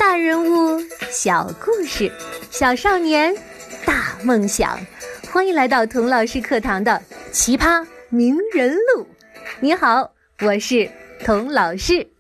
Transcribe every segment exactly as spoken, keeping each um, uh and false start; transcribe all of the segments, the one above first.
大人物，小故事，小少年，大梦想。欢迎来到童老师课堂的奇葩名人录。你好，我是童老师。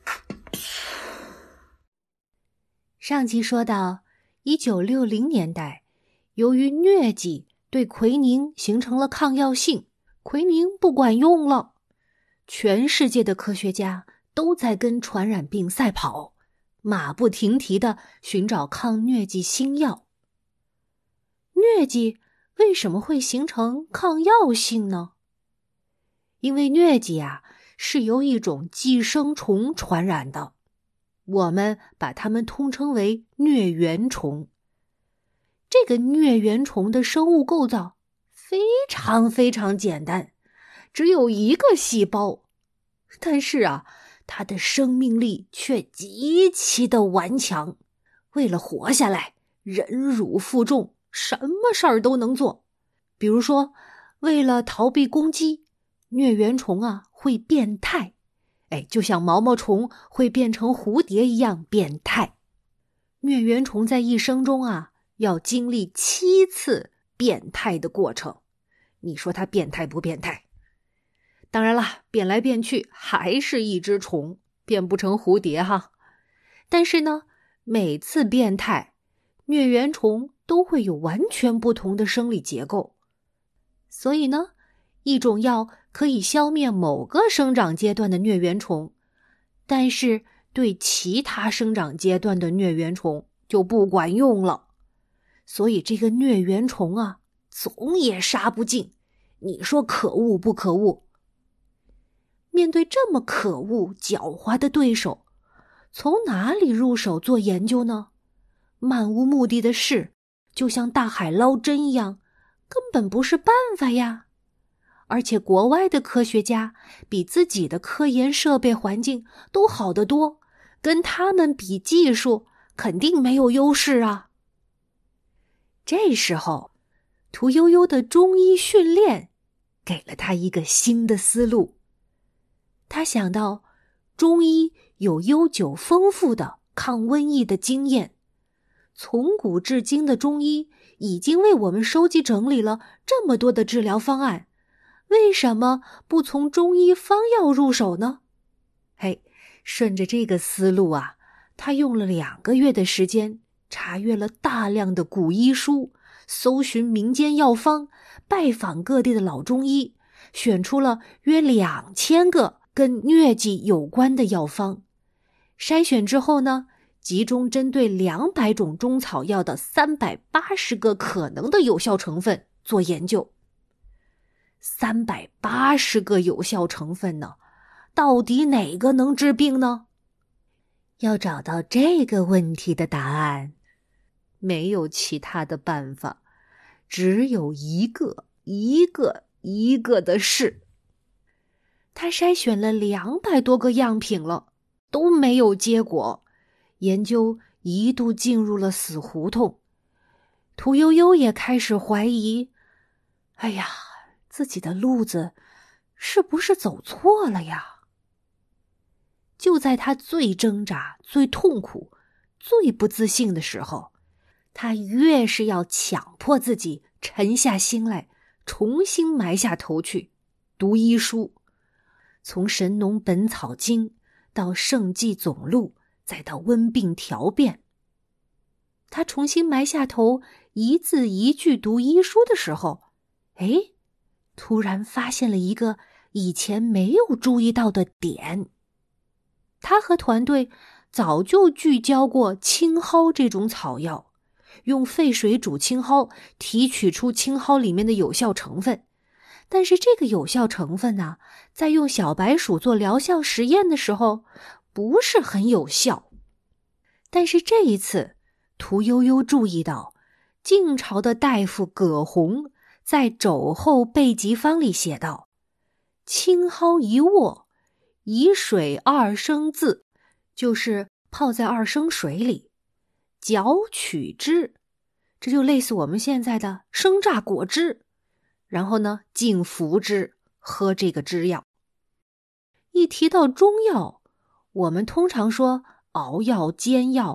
上集说到一九六零年代，由于疟疾对奎宁形成了抗药性，奎宁不管用了，全世界的科学家都在跟传染病赛跑，马不停蹄地寻找抗疟疾新药。疟疾为什么会形成抗药性呢？因为疟疾啊是由一种寄生虫传染的，我们把它们通称为疟原虫。这个疟原虫的生物构造非常非常简单，只有一个细胞，但是啊它的生命力却极其的顽强，为了活下来，忍辱负重，什么事儿都能做。比如说，为了逃避攻击，疟原虫啊会变态，哎，就像毛毛虫会变成蝴蝶一样变态。疟原虫在一生中啊要经历七次变态的过程，你说它变态不变态？当然了，变来变去还是一只虫，变不成蝴蝶哈。但是呢，每次变态，疟原虫都会有完全不同的生理结构。所以呢，一种药可以消灭某个生长阶段的疟原虫，但是对其他生长阶段的疟原虫就不管用了。所以这个疟原虫啊，总也杀不尽。你说可恶不可恶？面对这么可恶狡猾的对手，从哪里入手做研究呢？漫无目的的事，就像大海捞针一样，根本不是办法呀。而且国外的科学家比自己的科研设备环境都好得多，跟他们比技术肯定没有优势啊。这时候，屠呦呦的中医训练给了他一个新的思路。他想到，中医有悠久丰富的抗瘟疫的经验，从古至今的中医已经为我们收集整理了这么多的治疗方案，为什么不从中医方药入手呢？嘿，顺着这个思路啊，他用了两个月的时间，查阅了大量的古医书，搜寻民间药方，拜访各地的老中医，选出了约两千个跟疟疾有关的药方。筛选之后呢，集中针对两百种中草药的三百八十个可能的有效成分做研究。三百八十个有效成分呢，到底哪个能治病呢？要找到这个问题的答案，没有其他的办法，只有一个一个一个的试。他筛选了两百多个样品了，都没有结果，研究一度进入了死胡同。屠呦呦也开始怀疑，哎呀，自己的路子是不是走错了呀？就在他最挣扎、最痛苦、最不自信的时候，他越是要强迫自己沉下心来，重新埋下头去读医书。从《神农本草经》到《圣纪总录》，再到《温病条变》，他重新埋下头，一字一句读医书的时候，哎，突然发现了一个以前没有注意到的点。他和团队早就聚焦过青蒿这种草药，用沸水煮青蒿，提取出青蒿里面的有效成分。但是这个有效成分呢、啊，在用小白鼠做疗效实验的时候不是很有效。但是这一次，屠呦呦注意到晋朝的大夫葛洪在《肘后备急方》里写道：青蒿一握，以水二升渍，就是泡在二升水里，搅取之，这就类似我们现在的生榨果汁。然后呢，浸服之，喝这个汁药。一提到中药，我们通常说熬药、煎药，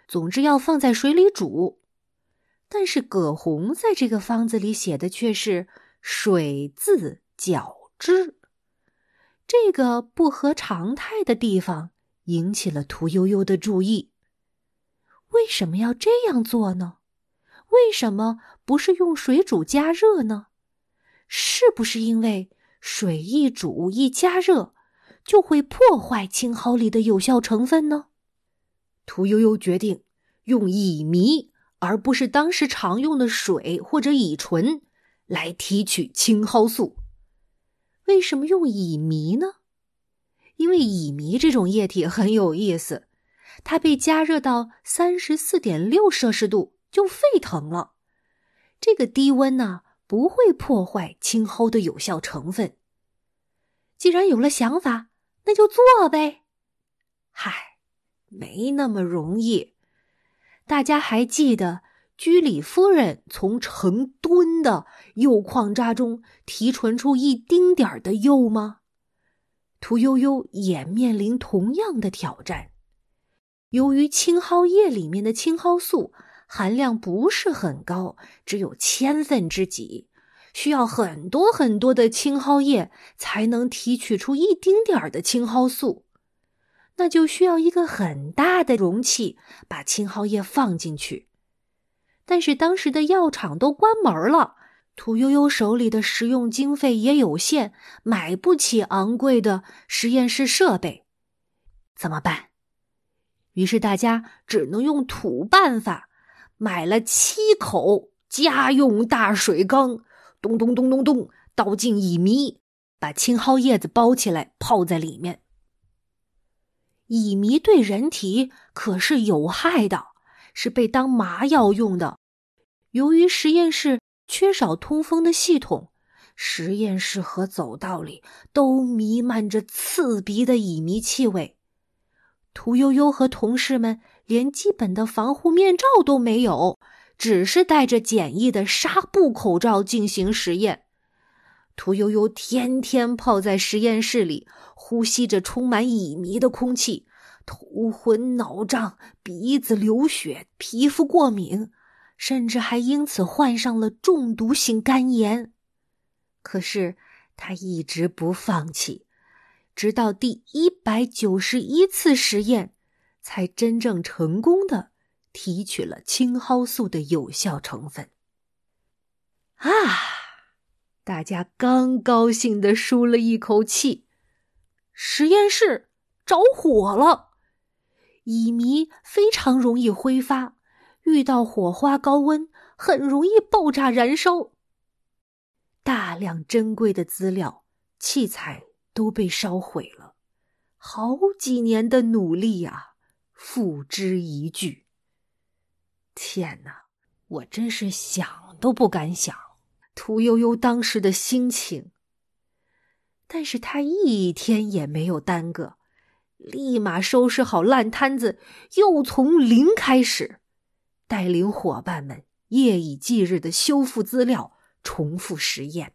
总之要放在水里煮。但是葛洪在这个方子里写的却是水自搅之，这个不合常态的地方引起了屠呦呦的注意。为什么要这样做呢？为什么不是用水煮加热呢？是不是因为水一煮一加热就会破坏青蒿里的有效成分呢？屠呦呦决定用乙醚而不是当时常用的水或者乙醇来提取青蒿素。为什么用乙醚呢？因为乙醚这种液体很有意思，它被加热到 三十四点六 摄氏度就沸腾了。这个低温呢，不会破坏青蒿的有效成分。既然有了想法，那就做呗。嗨，没那么容易。大家还记得居里夫人从成吨的铀矿渣中提纯出一丁点儿的铀吗？屠呦呦也面临同样的挑战。由于青蒿液里面的青蒿素含量不是很高，只有千分之几，需要很多很多的青蒿液才能提取出一丁点儿的青蒿素。那就需要一个很大的容器把青蒿液放进去。但是当时的药厂都关门了，屠呦呦手里的实用经费也有限，买不起昂贵的实验室设备。怎么办？于是大家只能用土办法，买了七口家用大水缸，咚咚咚咚咚，倒进乙醚，把青蒿叶子包起来泡在里面。乙醚对人体可是有害的，是被当麻药用的。由于实验室缺少通风的系统，实验室和走道里都弥漫着刺鼻的乙醚气味。屠呦呦和同事们连基本的防护面罩都没有，只是戴着简易的纱布口罩进行实验。屠呦呦天天泡在实验室里，呼吸着充满乙醚的空气，头昏脑胀，鼻子流血，皮肤过敏，甚至还因此患上了中毒性肝炎。可是他一直不放弃，直到第一百九十一次实验，才真正成功地提取了青蒿素的有效成分。啊！大家刚高兴地舒了一口气，实验室着火了。乙醚非常容易挥发，遇到火花高温很容易爆炸燃烧。大量珍贵的资料、器材都被烧毁了，好几年的努力啊，付之一炬。天哪，我真是想都不敢想屠呦呦当时的心情。但是她一天也没有耽搁，立马收拾好烂摊子，又从零开始，带领伙伴们夜以继日地修复资料，重复实验。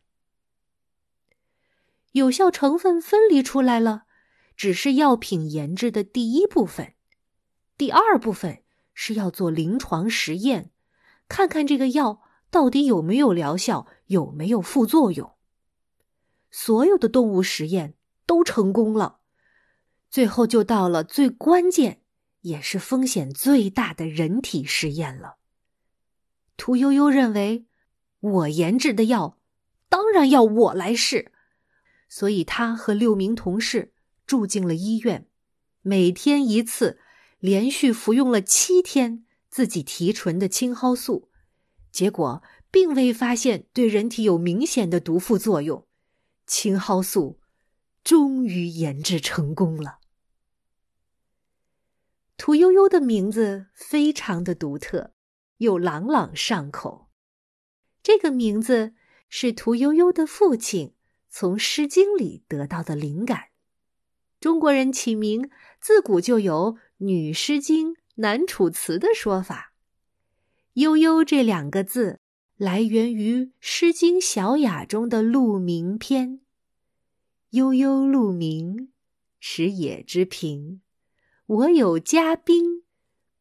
有效成分分离出来了，只是药品研制的第一部分。第二部分是要做临床实验，看看这个药到底有没有疗效，有没有副作用。所有的动物实验都成功了，最后就到了最关键也是风险最大的人体实验了。屠呦呦认为，我研制的药当然要我来试，所以她和六名同事住进了医院，每天一次，连续服用了七天自己提纯的青蒿素，结果并未发现对人体有明显的毒副作用，青蒿素终于研制成功了。屠呦呦的名字非常的独特，又朗朗上口。这个名字是屠呦呦的父亲从《诗经》里得到的灵感。中国人起名自古就有女诗经、男楚辞的说法。悠悠这两个字来源于《诗经·小雅》中的鹿鸣篇。悠悠鹿鸣，食野之苹。我有嘉宾，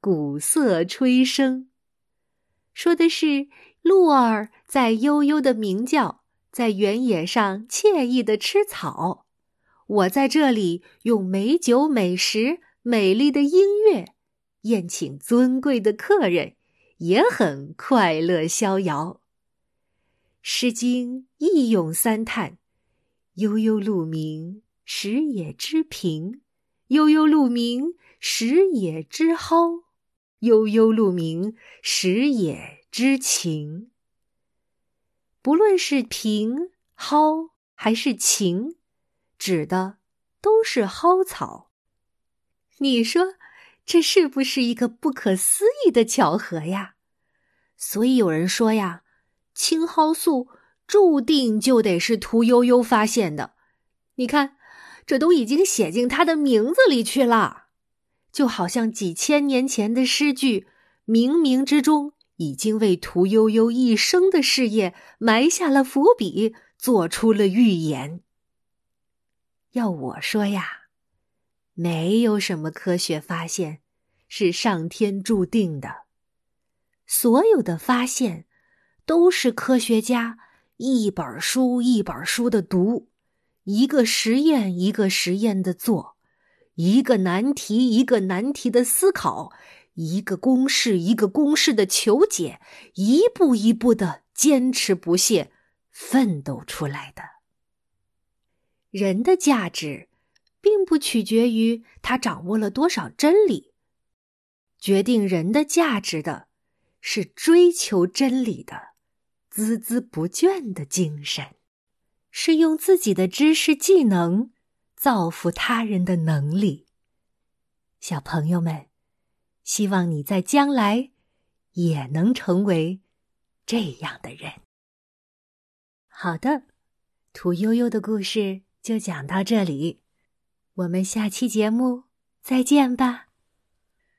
鼓瑟吹笙。说的是鹿儿在悠悠的鸣叫，在原野上惬意地吃草。我在这里用美酒美食、美丽的音乐宴请尊贵的客人，也很快乐逍遥。诗经一咏三叹，悠悠鹿鸣，食野之苹；悠悠鹿鸣，食野之蒿；悠悠鹿鸣，食野之芩。不论是苹、蒿还是芩，指的都是蒿草。你说这是不是一个不可思议的巧合呀？所以有人说呀，青蒿素注定就得是屠呦呦发现的。你看，这都已经写进他的名字里去了。就好像几千年前的诗句，冥冥之中已经为屠呦呦一生的事业埋下了伏笔，做出了预言。要我说呀，没有什么科学发现是上天注定的，所有的发现都是科学家一本书一本书的读，一个实验一个实验的做，一个难题一个难题的思考，一个公式一个公式的求解，一步一步的坚持不懈奋斗出来的。人的价值并不取决于他掌握了多少真理，决定人的价值的是追求真理的孜孜不倦的精神，是用自己的知识技能造福他人的能力。小朋友们，希望你在将来也能成为这样的人。好的，屠呦呦的故事就讲到这里，我们下期节目再见吧。